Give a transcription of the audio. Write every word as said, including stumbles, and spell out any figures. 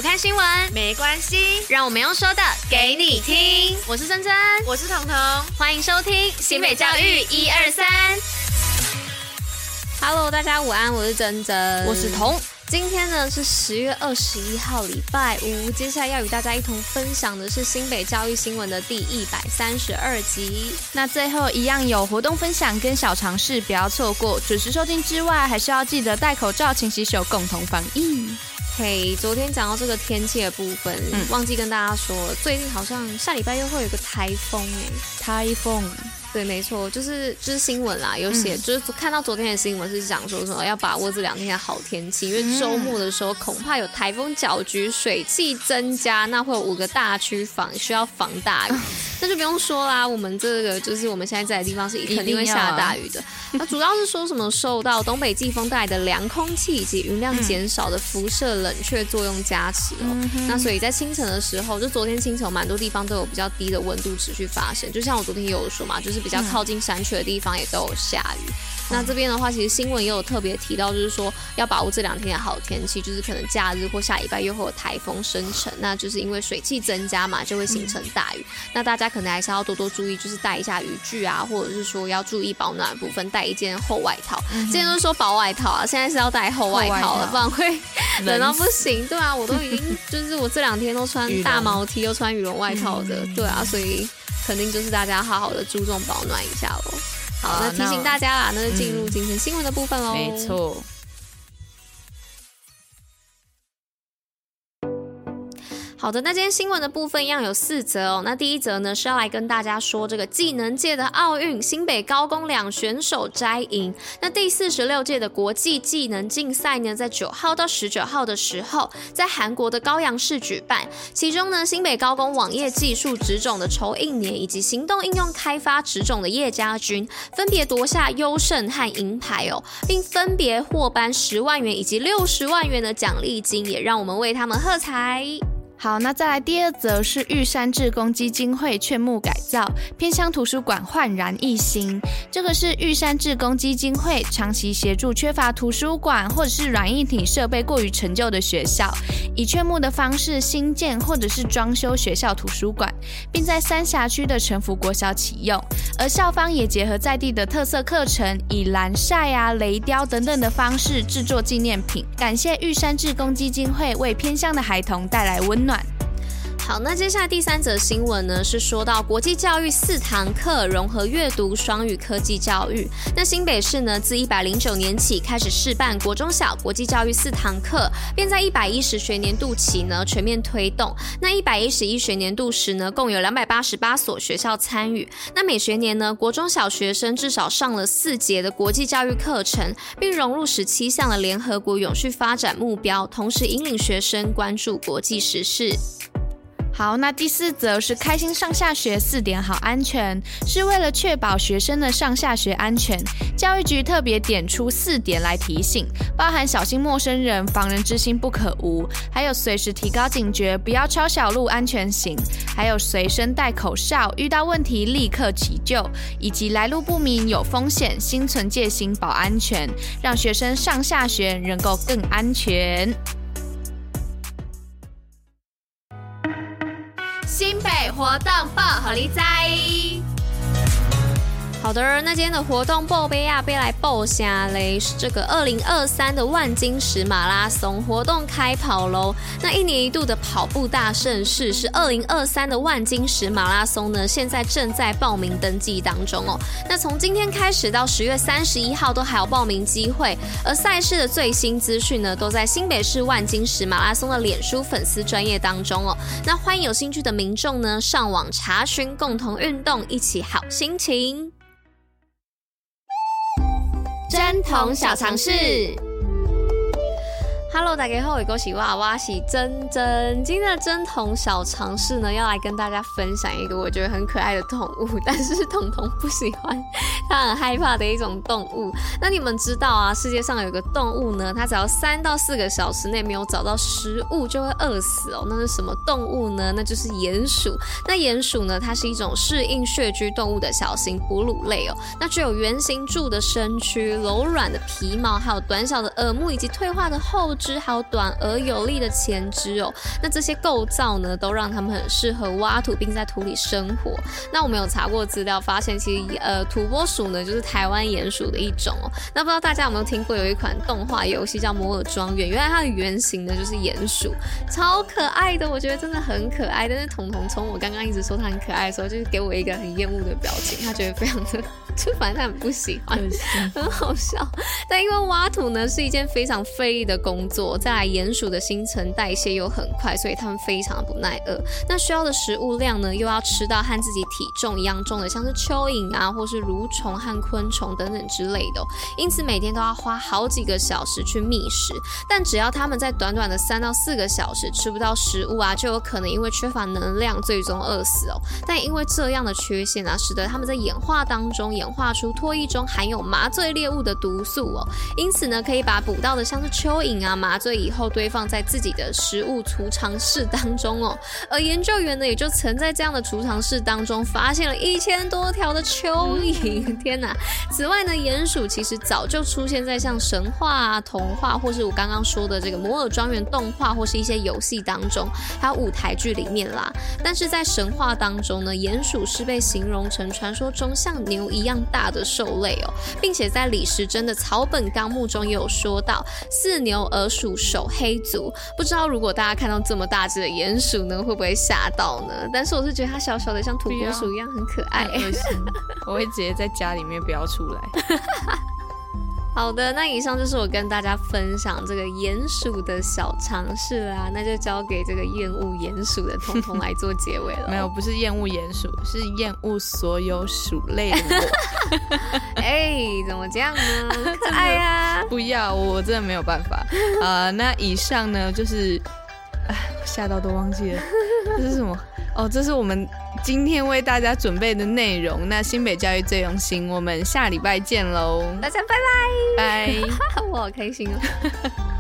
不看新闻没关系， 让我们用说的给你听。我是珍珍， 我是彤彤， 欢迎收听新北教育一二三。Hello， 大家午安，我是珍珍， 我是彤。 今天呢是十月二十一号，礼拜五。接下来要与大家一同分享的是新北教育新闻的第一百三十二集。 那最后一样有活动分享跟小常识，不要错过。准时收听之外，还是要记得戴口罩、勤洗手，共同防疫。 嘿、hey, 昨天讲到这个天气的部分、嗯、忘记跟大家说了，最近好像下礼拜又会有一个台风哎， 台风。 对，没错，就是就是新闻啦，有写、嗯、就是看到昨天的新闻是讲说什么要把握这两天的好天气，因为周末的时候恐怕有台风搅局，水汽增加，那会有五个大区防需要防大雨，那就不用说啦，我们这个就是我们现在在的地方是肯定会下大雨的。那主要是说什么受到东北季风带来的凉空气以及云量减少的辐射冷却作用加持哦、嗯，那所以在清晨的时候，就昨天清晨蛮多地方都有比较低的温度持续发生，就像我昨天也有说嘛，就是比较靠近山区的地方也都有下雨、嗯、那这边的话其实新闻也有特别提到，就是说要把握这两天的好天气，就是可能假日或下礼拜又会有台风生成，那就是因为水汽增加嘛，就会形成大雨、嗯、那大家可能还是要多多注意，就是带一下雨具啊，或者是说要注意保暖的部分，带一件厚外套、嗯、之前都是说薄外套啊，现在是要带厚外套了，不然会冷到不行。对啊，我都已经就是我这两天都穿大毛 T 又穿羽绒外套的、嗯、对啊，所以肯定就是大家好好的注重保暖一下咯。好，那提醒大家啦，那就进入今天新闻的部分咯、嗯、 没错。 好的，那今天新闻的部分一样有四则哦。那第一则呢是要来跟大家说这个技能界的奥运，新北高工两选手摘银。那第四十六届的国际技能竞赛呢，在九号到十九号的时候，在韩国的高阳市举办。其中呢，新北高工网页技术职种的仇应年以及行动应用开发职种的叶家军，分别夺下优胜和银牌哦，并分别获颁十万元以及六十万元的奖励金，也让我们为他们喝彩。 好，那再来第二则是玉山志工基金会劝募改造，偏乡图书馆焕然一新。这个是玉山志工基金会长期协助缺乏图书馆或者是软硬体设备过于陈旧的学校，以劝募的方式新建或者是装修学校图书馆，并在三峡区的成福国小启用。而校方也结合在地的特色课程，以蓝晒啊、雷雕等等的方式制作纪念品。感谢玉山志工基金会为偏乡的孩童带来温暖。 好，那接下来第三则新闻呢，是说到国际教育四堂课融合阅读、双语科技教育。那新北市呢，自一百零九年起开始试办国中小国际教育四堂课，并在一百一十学年度起呢全面推动。那一百一十一学年度时呢，共有两百八十八所学校参与。那每学年呢，国中小学生至少上了四节的国际教育课程，并融入十七项的联合国永续发展目标，同时引领学生关注国际时事。 好，那第四则是开心上下学四点好安全，是为了确保学生的上下学安全，教育局特别点出四点来提醒，包含小心陌生人，防人之心不可无，还有随时提高警觉，不要抄小路安全行，还有随身戴口罩，遇到问题立刻急救，以及来路不明有风险，心存戒心保安全，让学生上下学能够更安全。 新北活动报好利在。好的，那今天的活动报杯啊，杯来报下嘞，是这个二零二三的万金石马拉松活动开跑喽。那一年一度的跑步大盛事是二零二三的万金石马拉松呢，现在正在报名登记当中哦。那从今天开始到十月三十一号都还有报名机会，而赛事的最新资讯呢，都在新北市万金石马拉松的脸书粉丝专页当中哦。那欢迎有兴趣的民众呢，上网查询，共同运动，一起好心情。针筒小常识。Hello， 大家好，我是哇哇是珍珍。今天的针筒小常识呢，要来跟大家分享一个我觉得很可爱的动物，但是彤彤不喜欢，他很害怕的一种动物。那你们知道啊，世界上有一个动物呢，它只要三到四个小时内没有找到食物就会饿死哦。那是什么动物呢？那就是鼹鼠。那鼹鼠呢，它是一种适应穴居动物的小型哺乳类哦。那具有圆形柱的身躯、柔软的皮毛，还有短小的耳目以及退化的后肢还有短而有力的前肢哦。那这些构造呢，都让它们很适合挖土并在土里生活。那我们有查过资料，发现其实呃土拨鼠呢就是台湾鼹鼠的一种哦。那不知道大家有没有听过有一款动画游戏叫《摩尔庄园》，原来它的原型呢就是鼹鼠，超可爱的，我觉得真的很可爱。但是彤彤从我刚刚一直说它很可爱的时候，就是给我一个很厌恶的表情，他觉得非常的，就反正他很不喜欢，很好笑。但因为挖土呢是一件非常费力的工作，再来鼹鼠的新陈代谢又很快，所以它们非常的不耐饿。那需要的食物量呢，又要吃到和自己体重一样重的，像是蚯蚓啊，或是蠕虫和昆虫等等之类的、哦，因此每天都要花好几个小时去觅食。但只要它们在短短的三到四个小时吃不到食物啊，就有可能因为缺乏能量最终饿死哦。但因为这样的缺陷啊，使得它们在演化当中演化出唾液中含有麻醉猎物的毒素哦。因此呢，可以把捕到的像是蚯蚓啊麻醉以后堆放在自己的食物储藏室当中哦。而研究员呢，也就曾在这样的储藏室当中发现了一千多条的蚯蚓，天哪！此外呢，鼹鼠其实早就出现在像神话啊、童话，或是我刚刚说的这个摩尔庄园动画，或是一些游戏当中，还有舞台剧里面啦。但是在神话当中呢，鼹鼠是被形容成传说中像牛一样大的兽类哦，并且在李时珍的草本纲目中也有说到似牛而属首黑族。不知道如果大家看到这么大只的鼹鼠呢，会不会吓到呢？但是我是觉得它小小的像土拨鼠一样很可爱， 很恶心，我会直接在家里面不要出来。 好的，那以上就是我跟大家分享这个鼹鼠的小常识啦，那就交给这个厌恶鼹鼠的彤彤来做结尾了。 没有，不是厌恶鼹鼠，是厌恶所有鼠类的我。 哎、欸，怎么这样呢？可爱啊！ 不要，我真的没有办法。呃，那以上呢，就是哎，吓到都忘记了，这是什么？哦，这是我们今天为大家准备的内容。那新北教育最用心，我们下礼拜见喽！ 大家拜拜， 拜！ 我好开心哦。